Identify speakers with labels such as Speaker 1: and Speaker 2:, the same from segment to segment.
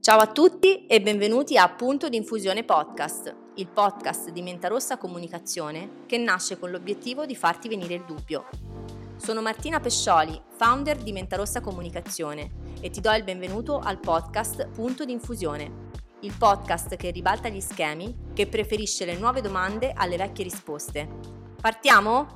Speaker 1: Ciao a tutti e benvenuti a Punto di Infusione Podcast, il podcast di Menta Rossa Comunicazione che nasce con l'obiettivo di farti venire il dubbio. Sono Martina Pescioli, founder di Menta Rossa Comunicazione e ti do il benvenuto al podcast Punto di Infusione, il podcast che ribalta gli schemi, che preferisce le nuove domande alle vecchie risposte. Partiamo?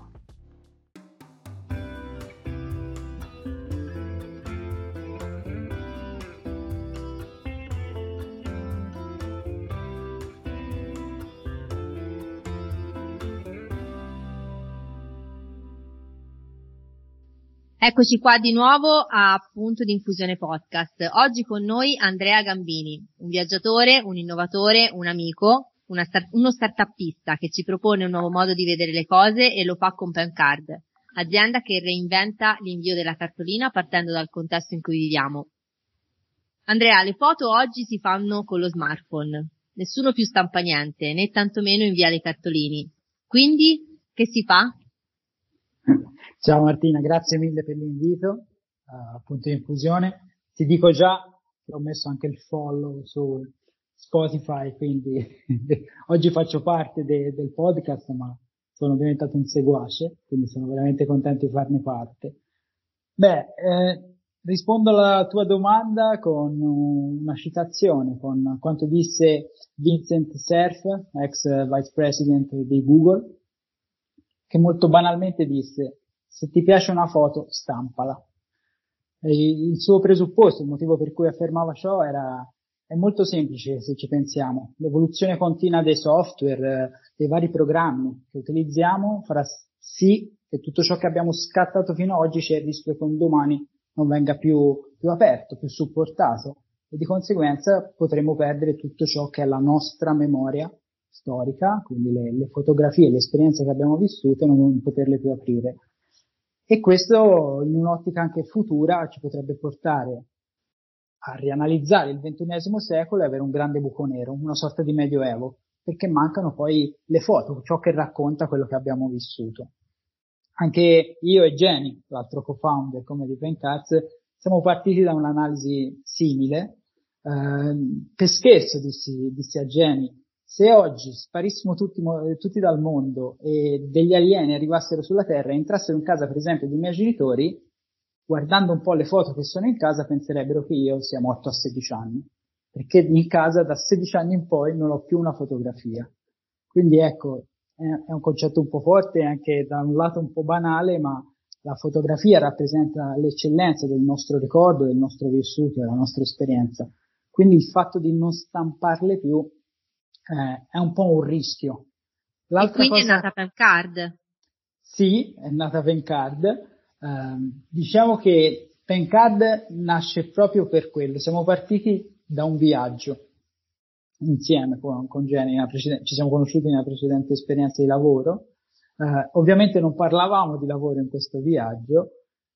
Speaker 2: Eccoci qua di nuovo a Punto di Infusione Podcast. Oggi con noi Andrea Gambini, un viaggiatore, un innovatore, un amico, uno startuppista che ci propone un nuovo modo di vedere le cose e lo fa con Pencard, azienda che reinventa l'invio della cartolina partendo dal contesto in cui viviamo. Andrea, le foto oggi si fanno con lo smartphone. Nessuno più stampa niente, né tantomeno invia le cartolini. Quindi, che si fa?
Speaker 3: Ciao Martina, grazie mille per l'invito a Punto di Infusione. Ti dico già che ho messo anche il follow su Spotify, quindi oggi faccio parte del podcast, ma sono diventato un seguace, quindi sono veramente contento di farne parte. Rispondo alla tua domanda con una citazione, con quanto disse Vincent Cerf, ex vice president di Google, che molto banalmente disse: se ti piace una foto, stampala. Il suo presupposto, il motivo per cui affermava ciò è molto semplice se ci pensiamo. L'evoluzione continua dei software, dei vari programmi che utilizziamo farà sì che tutto ciò che abbiamo scattato fino ad oggi c'è il rischio che un domani non venga più aperto, più supportato, e di conseguenza potremo perdere tutto ciò che è la nostra memoria storica, quindi le fotografie, le esperienze che abbiamo vissuto, non poterle più aprire. E questo, in un'ottica anche futura, ci potrebbe portare a rianalizzare il XXI secolo e avere un grande buco nero, una sorta di medioevo, perché mancano poi le foto, ciò che racconta quello che abbiamo vissuto. Anche io e Jenny, l'altro co-founder come di Pencard, siamo partiti da un'analisi simile. Per scherzo dissi a Jenny: se oggi sparissimo tutti dal mondo e degli alieni arrivassero sulla Terra e entrassero in casa, per esempio, dei miei genitori, guardando un po' le foto che sono in casa, penserebbero che io sia morto a 16 anni, perché in casa da 16 anni in poi non ho più una fotografia. Quindi ecco, è un concetto un po' forte, anche da un lato un po' banale, ma la fotografia rappresenta l'eccellenza del nostro ricordo, del nostro vissuto, della nostra esperienza. Quindi il fatto di non stamparle più è un po' un rischio.
Speaker 2: L'altra e quindi cosa... è nata Pencard?
Speaker 3: Sì, è nata Pencard. Diciamo che Pencard nasce proprio per quello. Siamo partiti da un viaggio insieme con Jenny, ci siamo conosciuti nella precedente esperienza di lavoro. Ovviamente non parlavamo di lavoro in questo viaggio,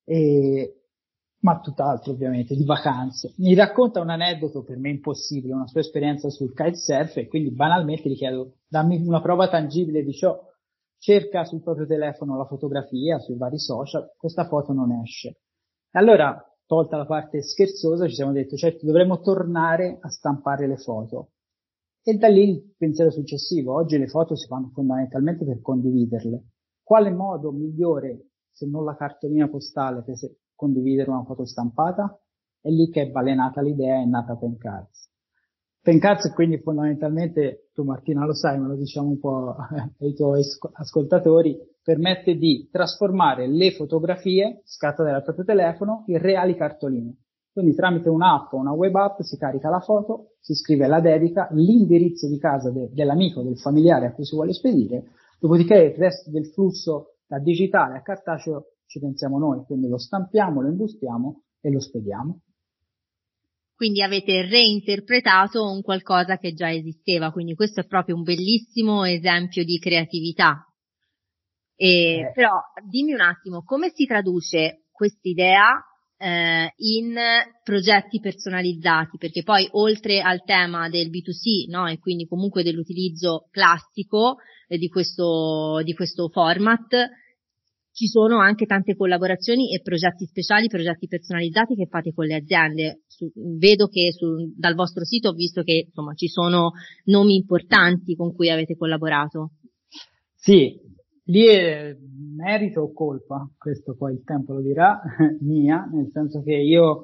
Speaker 3: ma tutt'altro ovviamente, di vacanze. Mi racconta un aneddoto per me impossibile, una sua esperienza sul kitesurf, e quindi banalmente gli chiedo: dammi una prova tangibile di ciò. Cerca sul proprio telefono la fotografia, sui vari social, questa foto non esce. Allora, tolta la parte scherzosa, ci siamo detti: certo, dovremmo tornare a stampare le foto. E da lì il pensiero successivo: oggi le foto si fanno fondamentalmente per condividerle. Quale modo migliore, se non la cartolina postale, per condividere una foto stampata? È lì che è balenata l'idea e è nata Pencard. Pencard quindi fondamentalmente, tu Martina lo sai, ma lo diciamo un po' ai tuoi ascoltatori, permette di trasformare le fotografie scattate dal proprio telefono in reali cartoline. Quindi tramite un'app o una web app si carica la foto, si scrive la dedica, l'indirizzo di casa dell'amico, del familiare a cui si vuole spedire, dopodiché il resto del flusso da digitale a cartaceo ci pensiamo noi, quindi lo stampiamo, lo imbustiamo e lo spediamo.
Speaker 2: Quindi avete reinterpretato un qualcosa che già esisteva, quindi questo è proprio un bellissimo esempio di creatività. Però dimmi un attimo, come si traduce quest'idea in progetti personalizzati? Perché poi oltre al tema del B2C, no, e quindi comunque dell'utilizzo classico di questo format, ci sono anche tante collaborazioni e progetti speciali, progetti personalizzati che fate con le aziende. Vedo che dal vostro sito ho visto che insomma ci sono nomi importanti con cui avete collaborato.
Speaker 3: Sì, lì è merito o colpa, questo poi il tempo lo dirà, mia, nel senso che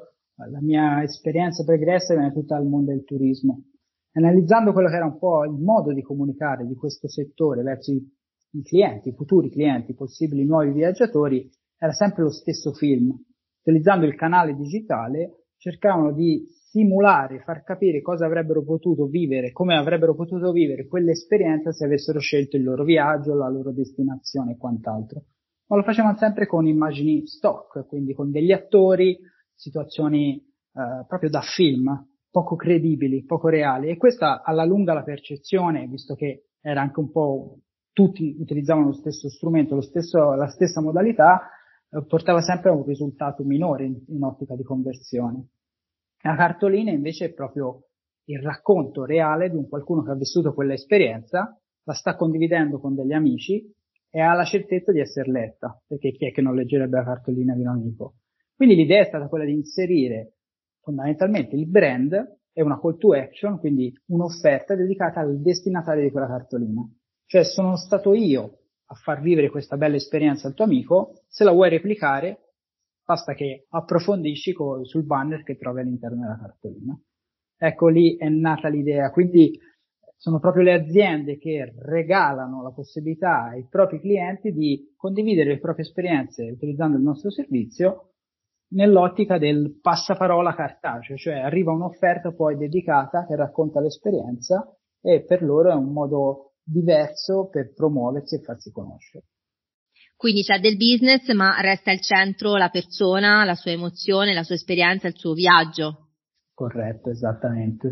Speaker 3: la mia esperienza pregressa viene tutta dal mondo del turismo. Analizzando quello che era un po' il modo di comunicare di questo settore verso i clienti, i futuri clienti, i possibili nuovi viaggiatori, era sempre lo stesso film. Utilizzando il canale digitale, cercavano di simulare, far capire cosa avrebbero potuto vivere, come avrebbero potuto vivere quell'esperienza se avessero scelto il loro viaggio, la loro destinazione e quant'altro. Ma lo facevano sempre con immagini stock, quindi con degli attori, situazioni proprio da film, poco credibili, poco reali. E questa alla lunga la percezione, visto che era anche un po' tutti utilizzavano lo stesso strumento, la stessa modalità, portava sempre a un risultato minore in ottica di conversione. La cartolina invece è proprio il racconto reale di un qualcuno che ha vissuto quell'esperienza, la sta condividendo con degli amici e ha la certezza di essere letta, perché chi è che non leggerebbe la cartolina di un amico? Quindi l'idea è stata quella di inserire fondamentalmente il brand e una call to action, quindi un'offerta dedicata al destinatario di quella cartolina. Cioè sono stato io a far vivere questa bella esperienza al tuo amico, se la vuoi replicare basta che approfondisci sul banner che trovi all'interno della cartolina. Ecco, lì è nata l'idea, quindi sono proprio le aziende che regalano la possibilità ai propri clienti di condividere le proprie esperienze utilizzando il nostro servizio nell'ottica del passaparola cartaceo, cioè arriva un'offerta poi dedicata che racconta l'esperienza e per loro è un modo diverso per promuoversi e farsi conoscere.
Speaker 2: Quindi c'è del business, ma resta al centro la persona, la sua emozione, la sua esperienza, il suo viaggio.
Speaker 3: Corretto, esattamente.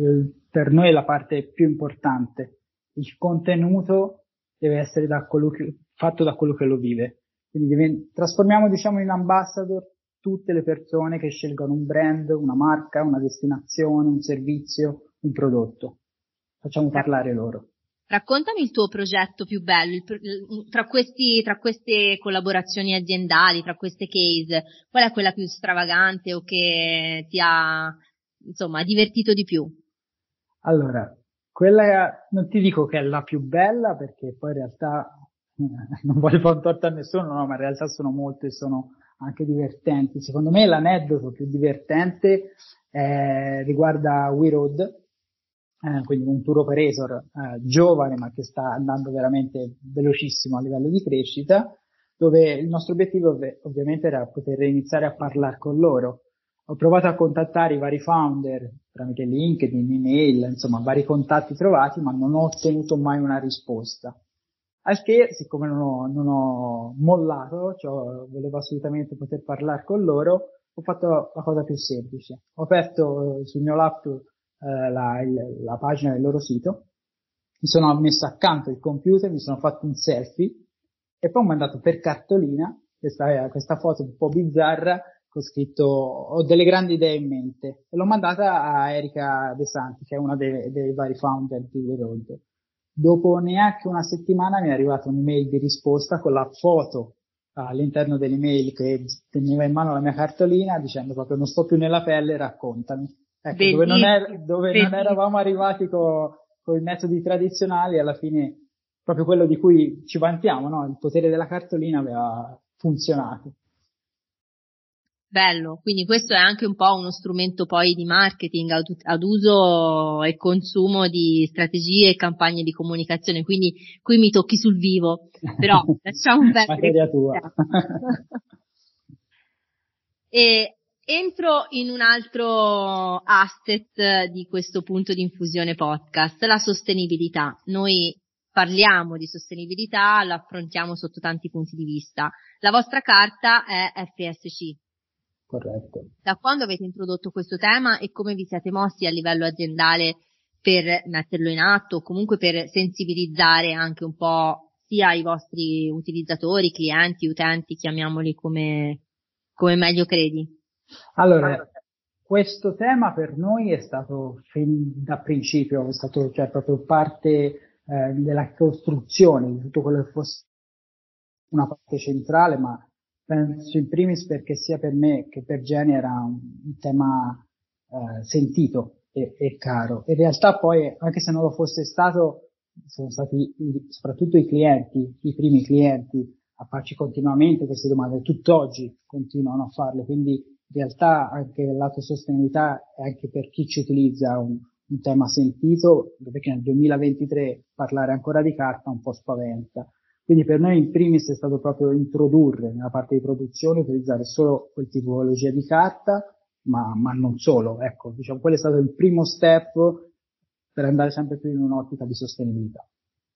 Speaker 3: Per noi è la parte più importante. Il contenuto deve essere fatto da quello che lo vive. Quindi trasformiamo, diciamo, in ambassador tutte le persone che scelgono un brand, una marca, una destinazione, un servizio, un prodotto. Facciamo parlare loro.
Speaker 2: Raccontami il tuo progetto più bello, tra queste collaborazioni aziendali, tra queste case, qual è quella più stravagante o che ti ha, insomma, divertito di più?
Speaker 3: Allora, quella non ti dico che è la più bella perché poi in realtà non voglio fare un torto a nessuno, no, ma in realtà sono molte e sono anche divertenti. Secondo me l'aneddoto più divertente riguarda WeRoad, quindi un tour operator giovane ma che sta andando veramente velocissimo a livello di crescita, dove il nostro obiettivo ovviamente era poter iniziare a parlare con loro. Ho provato a contattare i vari founder tramite LinkedIn, email, insomma vari contatti trovati, ma non ho ottenuto mai una risposta. Al che, siccome non ho mollato, cioè volevo assolutamente poter parlare con loro, ho fatto la cosa più semplice. Ho aperto sul mio laptop la pagina del loro sito, mi sono messo accanto il computer, mi sono fatto un selfie e poi ho mandato per cartolina questa foto un po' bizzarra con scritto ho delle grandi idee in mente e l'ho mandata a Erika De Santi, che è una dei vari founder di The Road. Dopo neanche una settimana mi è arrivata un'email di risposta con la foto all'interno dell'email che teneva in mano la mia cartolina dicendo proprio non sto più nella pelle, raccontami. Ecco, dove non eravamo arrivati con i metodi tradizionali, alla fine proprio quello di cui ci vantiamo, no? Il potere della cartolina aveva funzionato.
Speaker 2: Bello, quindi questo è anche un po' uno strumento poi di marketing ad uso e consumo di strategie e campagne di comunicazione, quindi qui mi tocchi sul vivo, però lasciamo perdere.
Speaker 3: Materia tua.
Speaker 2: E entro in un altro asset di questo punto di infusione podcast, la sostenibilità. Noi parliamo di sostenibilità, la affrontiamo sotto tanti punti di vista. La vostra carta è FSC.
Speaker 3: Corretto.
Speaker 2: Da quando avete introdotto questo tema e come vi siete mossi a livello aziendale per metterlo in atto o comunque per sensibilizzare anche un po' sia i vostri utilizzatori, clienti, utenti, chiamiamoli come meglio credi?
Speaker 3: Allora, questo tema per noi è stato fin da principio, è stato cioè proprio parte della costruzione di tutto quello che fosse una parte centrale, ma penso in primis perché sia per me che per Jenny era un tema sentito e caro. In realtà poi, anche se non lo fosse stato, sono stati soprattutto i clienti, i primi clienti, a farci continuamente queste domande, tutt'oggi continuano a farle, quindi in realtà anche il lato sostenibilità è anche per chi ci utilizza un tema sentito, perché nel 2023 parlare ancora di carta un po' spaventa. Quindi per noi in primis è stato proprio introdurre nella parte di produzione, utilizzare solo quel tipologia di carta, ma non solo. Ecco, diciamo, quello è stato il primo step per andare sempre più in un'ottica di sostenibilità.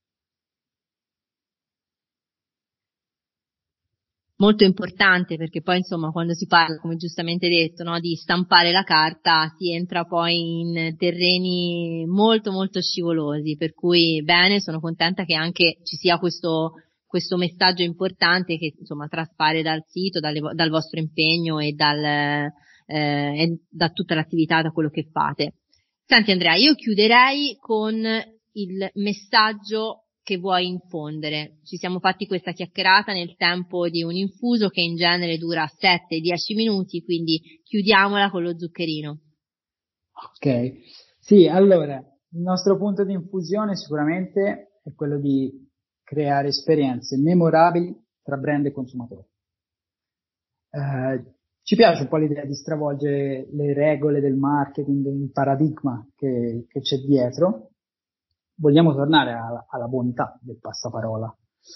Speaker 2: Molto importante, perché poi insomma quando si parla, come giustamente detto, no, di stampare la carta, si entra poi in terreni molto molto scivolosi, per cui bene, sono contenta che anche ci sia questo messaggio importante che insomma traspare dal sito, dal vostro impegno e e da tutta l'attività, da quello che fate. Senti Andrea, io chiuderei con il messaggio che vuoi infondere. Ci siamo fatti questa chiacchierata nel tempo di un infuso che in genere dura 7-10 minuti, quindi chiudiamola con lo zuccherino.
Speaker 3: Ok, sì, allora, il nostro punto di infusione sicuramente è quello di creare esperienze memorabili tra brand e consumatori. Ci piace un po' l'idea di stravolgere le regole del marketing, il paradigma che c'è dietro. Vogliamo tornare alla bontà del passaparola.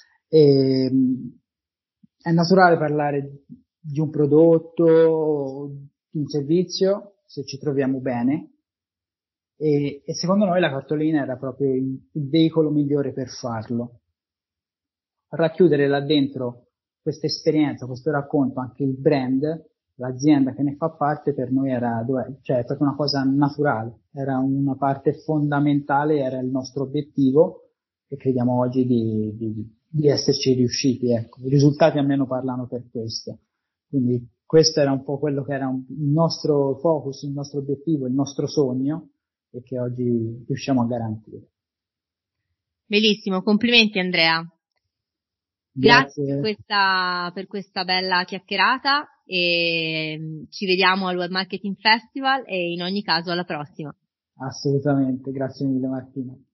Speaker 3: È naturale parlare di un prodotto, di un servizio, se ci troviamo bene, e secondo noi la cartolina era proprio il veicolo migliore per farlo. Racchiudere là dentro questa esperienza, questo racconto, anche il brand, l'azienda che ne fa parte, per noi era, cioè, è proprio una cosa naturale, era una parte fondamentale, era il nostro obiettivo e crediamo oggi di esserci riusciti, ecco. I risultati almeno parlano per questo. Quindi questo era un po' quello che era il nostro focus, il nostro obiettivo, il nostro sogno e che oggi riusciamo a garantire.
Speaker 2: Bellissimo, complimenti Andrea. Grazie per questa bella chiacchierata e ci vediamo al Web Marketing Festival e in ogni caso alla prossima.
Speaker 3: Assolutamente, grazie mille Martina.